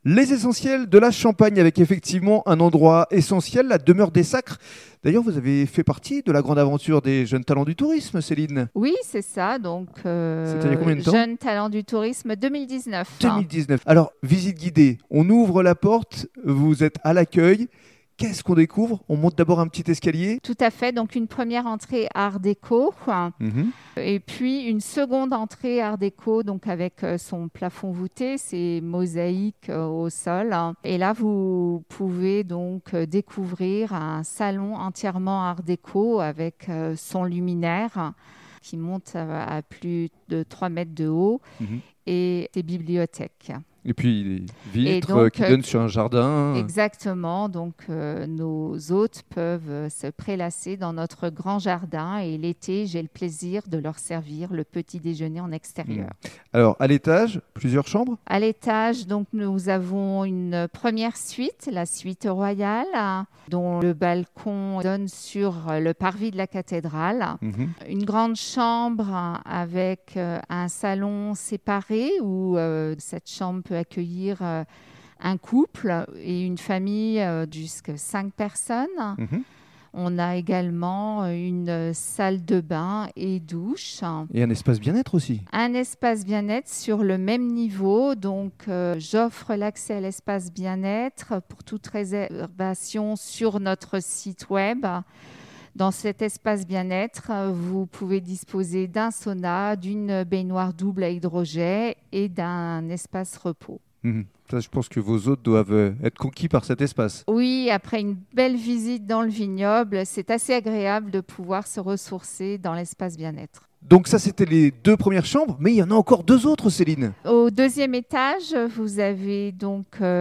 Les essentiels de la Champagne, avec effectivement un endroit essentiel, la demeure des Sacres. D'ailleurs, vous avez fait partie de la grande aventure des jeunes talents du tourisme, Céline. Oui, c'est ça. Donc, C'était il y a combien de temps ? Jeunes talents du tourisme 2019. 2019. Alors, visite guidée, on ouvre la porte, vous êtes à l'accueil. Qu'est-ce qu'on découvre ? On monte d'abord un petit escalier. Tout à fait. Donc, une première entrée art déco. Et puis, une seconde entrée art déco, donc avec son plafond voûté, c'est mosaïque au sol. Et là, vous pouvez donc découvrir un salon entièrement art déco avec son luminaire qui monte à plus de 3 mètres de haut et des bibliothèques. Et puis les vitres qui donnent sur un jardin. Exactement. Donc, nos hôtes peuvent se prélasser dans notre grand jardin et l'été, j'ai le plaisir de leur servir le petit déjeuner en extérieur. Alors, à l'étage, plusieurs chambres ? À l'étage, donc, nous avons une première suite, la suite royale, dont le balcon donne sur le parvis de la cathédrale. Une grande chambre avec un salon séparé où cette chambre peut accueillir un couple et une famille jusqu'à 5 personnes. On a également une salle de bain et douche. Et un espace bien-être aussi. Un espace bien-être sur le même niveau. Donc, j'offre l'accès à l'espace bien-être pour toute réservation sur notre site web. Dans cet espace bien-être, vous pouvez disposer d'un sauna, d'une baignoire double à hydrogel et d'un espace repos. Ça, je pense que vos hôtes doivent être conquis par cet espace. Oui, après une belle visite dans le vignoble, c'est assez agréable de pouvoir se ressourcer dans l'espace bien-être. Donc ça, c'était les 2 premières chambres, mais il y en a encore 2 autres, Céline. Au 2e étage, vous avez donc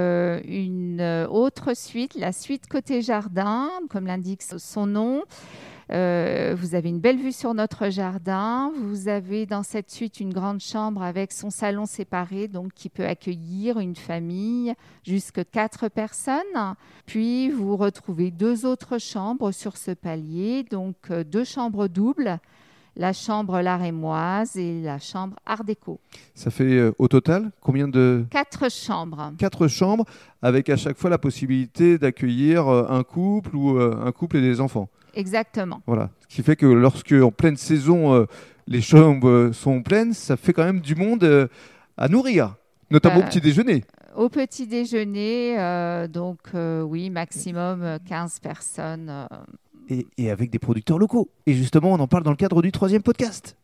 une autre suite, la suite côté jardin, comme l'indique son nom. Vous avez une belle vue sur notre jardin. Vous avez dans cette suite une grande chambre avec son salon séparé, donc qui peut accueillir une famille jusqu'à 4 personnes. Puis vous retrouvez 2 autres chambres sur ce palier, donc 2 chambres doubles. La chambre Larémoise et la chambre Art déco. Ça fait au total combien de... 4 chambres. 4 chambres, avec à chaque fois la possibilité d'accueillir un couple ou un couple et des enfants. Exactement. Voilà. Ce qui fait que lorsque, en pleine saison, les chambres sont pleines, ça fait quand même du monde à nourrir, notamment au petit déjeuner. Au petit déjeuner, oui, maximum 15 personnes. Et avec des producteurs locaux. Et justement, on en parle dans le cadre du 3e podcast.